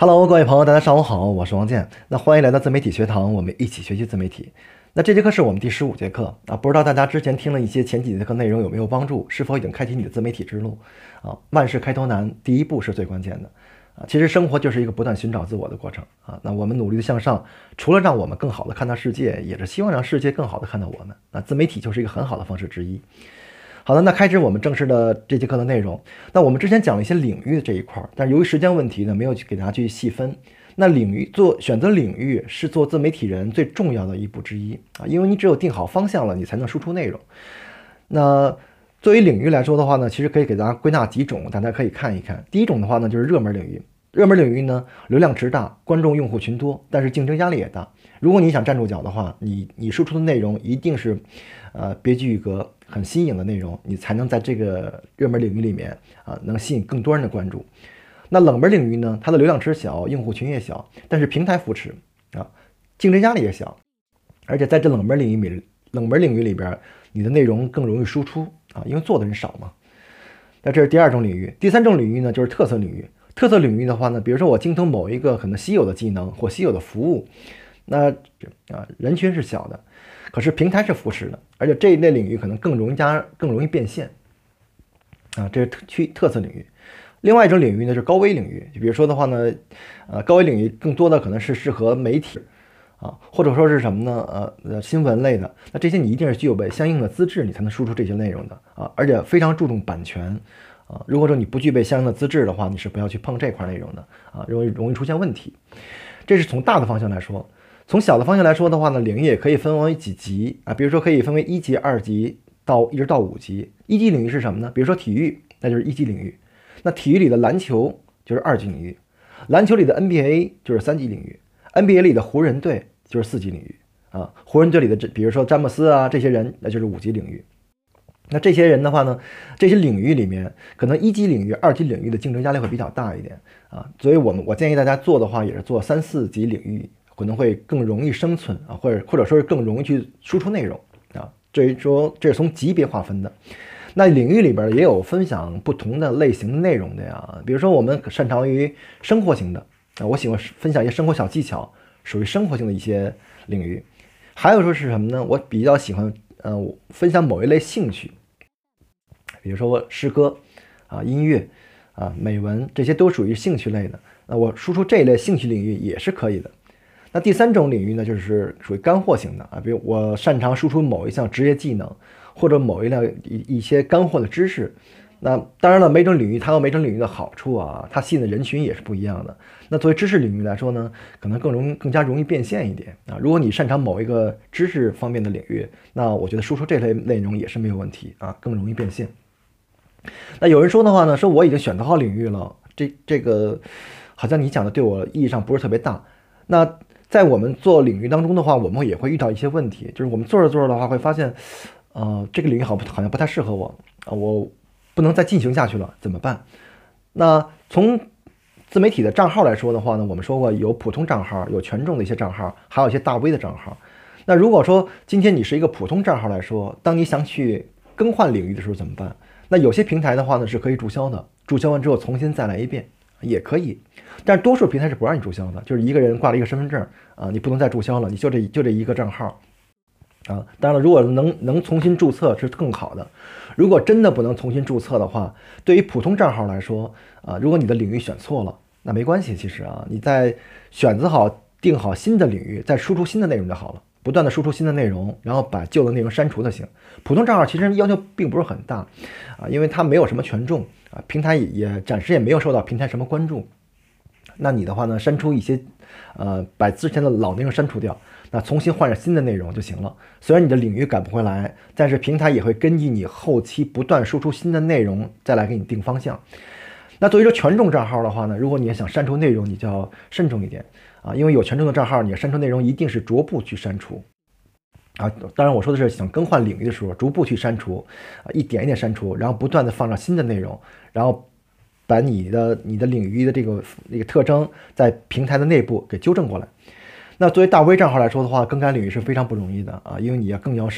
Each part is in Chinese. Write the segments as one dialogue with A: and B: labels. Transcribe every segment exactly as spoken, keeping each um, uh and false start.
A: Hello，各位朋友，大家上午好，我是王健。那欢迎来到自媒体学堂，我们一起学习自媒体。那这节课是我们第十五节课啊，不知道大家之前听了一些前几节课内容有没有帮助，是否已经开启你的自媒体之路啊？万事开头难，第一步是最关键的啊。其实生活就是一个不断寻找自我的过程啊。那我们努力的向上，除了让我们更好的看到世界，也是希望让世界更好的看到我们。那自媒体就是一个很好的方式之一。好的，那开始我们正式的这节课的内容。那我们之前讲了一些领域的这一块，但是由于时间问题呢，没有去给大家去细分。那领域做选择领域是做自媒体人最重要的一步之一啊，因为你只有定好方向了，你才能输出内容。那作为领域来说的话呢，其实可以给大家归纳几种，大家可以看一看。第一种的话呢，就是热门领域。热门领域呢，流量值大，观众用户群多，但是竞争压力也大。如果你想站住脚的话，你你输出的内容一定是，呃，别具一格、很新颖的内容，你才能在这个热门领域里面啊，能吸引更多人的关注。那冷门领域呢，它的流量池小，用户群也小，但是平台扶持啊，竞争压力也小，而且在这冷门领域里，冷门领域里边，你的内容更容易输出啊，因为做的人少嘛。那这是第二种领域。第三种领域呢，就是特色领域。特色领域的话呢，比如说我精通某一个可能稀有的技能或稀有的服务，那啊人群是小的，可是平台是扶持的，而且这一类领域可能更容易加更容易变现啊，这是特区特色领域。另外一种领域呢是高危领域，就比如说的话呢，呃高危领域更多的可能是适合媒体啊，或者说是什么呢？呃呃新闻类的，那这些你一定是具备相应的资质，你才能输出这些内容的啊，而且非常注重版权。啊，如果说你不具备相应的资质的话，你是不要去碰这块内容的啊，容易容易出现问题。这是从大的方向来说，从小的方向来说的话呢，领域也可以分为几级啊，比如说可以分为一级、二级到一直到五级。一级领域是什么呢？比如说体育，那就是一级领域。那体育里的篮球就是二级领域，篮球里的 N B A 就是三级领域 ，N B A 里的湖人队就是四级领域啊，湖人队里的这比如说詹姆斯啊这些人，那就是五级领域。那这些人的话呢，这些领域里面，可能一级领域、二级领域的竞争压力会比较大一点啊，所以我们我建议大家做的话，也是做三四级领域，可能会更容易生存啊，或者或者说是更容易去输出内容啊。至于说这是从级别划分的，那领域里边也有分享不同的类型的内容的呀，比如说我们擅长于生活型的啊，我喜欢分享一些生活小技巧，属于生活性的一些领域。还有说是什么呢？我比较喜欢呃分享某一类兴趣。比如说诗歌啊、音乐啊、美文，这些都属于兴趣类的。那我输出这一类兴趣领域也是可以的。那第三种领域呢，就是属于干货型的啊，比如我擅长输出某一项职业技能，或者某一类一一些干货的知识。那当然了，每种领域它有每种领域的好处啊，它吸引的人群也是不一样的。那作为知识领域来说呢，可能更容易更加容易变现一点啊。如果你擅长某一个知识方面的领域，那我觉得输出这类内容也是没有问题啊，更容易变现。那有人说的话呢，说我已经选择好领域了，这这个好像你讲的对我意义上不是特别大。那在我们做领域当中的话，我们也会遇到一些问题，就是我们做着做着的话，会发现，呃，这个领域好好像不太适合我啊，我不能再进行下去了，怎么办？那从自媒体的账号来说的话呢，我们说过有普通账号，有权重的一些账号，还有一些大 V 的账号。那如果说今天你是一个普通账号来说，当你想去更换领域的时候怎么办？那有些平台的话呢是可以注销的，注销完之后重新再来一遍也可以，但是多数平台是不让你注销的，就是一个人挂了一个身份证啊，你不能再注销了，你就这就这一个账号啊。当然了，如果能能重新注册是更好的。如果真的不能重新注册的话，对于普通账号来说啊，如果你的领域选错了，那没关系，其实啊，你再选择好定好新的领域，再输出新的内容就好了。不断的输出新的内容，然后把旧的内容删除就行。普通账号其实要求并不是很大啊，因为它没有什么权重啊，平台也暂时也没有受到平台什么关注。那你的话呢，删除一些，呃，把之前的老内容删除掉，那重新换上新的内容就行了。虽然你的领域改不回来，但是平台也会根据你后期不断输出新的内容，再来给你定方向。那作为说权重账号的话呢，如果你也想删除内容，你就要慎重一点啊，因为有权重的账号，你删除内容一定是逐步去删除啊。当然我说的是想更换领域的时候，逐步去删除啊，一点一点删除，然后不断的放上新的内容，然后把你的你的领域的这个这个特征在平台的内部给纠正过来。那作为大 V 账号来说的话，更改领域是非常不容易的啊，因为你要更要慎重。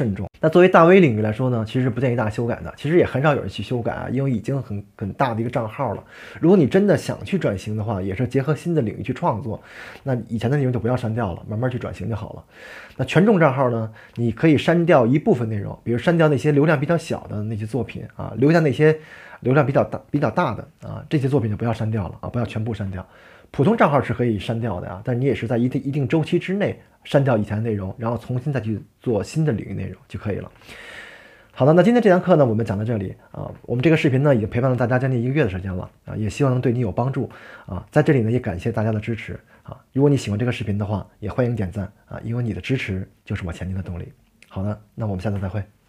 A: 那作为大 V 领域来说呢，其实不建议大家修改的，其实也很少有人去修改啊，因为已经很很大的一个账号了。如果你真的想去转型的话，也是结合新的领域去创作，那以前的内容就不要删掉了，慢慢去转型就好了。那权重账号呢，你可以删掉一部分内容，比如删掉那些流量比较小的那些作品啊，留下那些流量比较大比较大的啊，这些作品就不要删掉了啊，不要全部删掉。普通账号是可以删掉的啊，但你也是在一定一定周期之内删掉以前的内容，然后重新再去做新的领域内容就可以了。好的，那今天这堂课呢，我们讲到这里啊。我们这个视频呢，已经陪伴了大家将近一个月的时间了啊，也希望能对你有帮助啊。在这里呢，也感谢大家的支持啊。如果你喜欢这个视频的话，也欢迎点赞啊，因为你的支持就是我前进的动力。好的，那我们下次再会。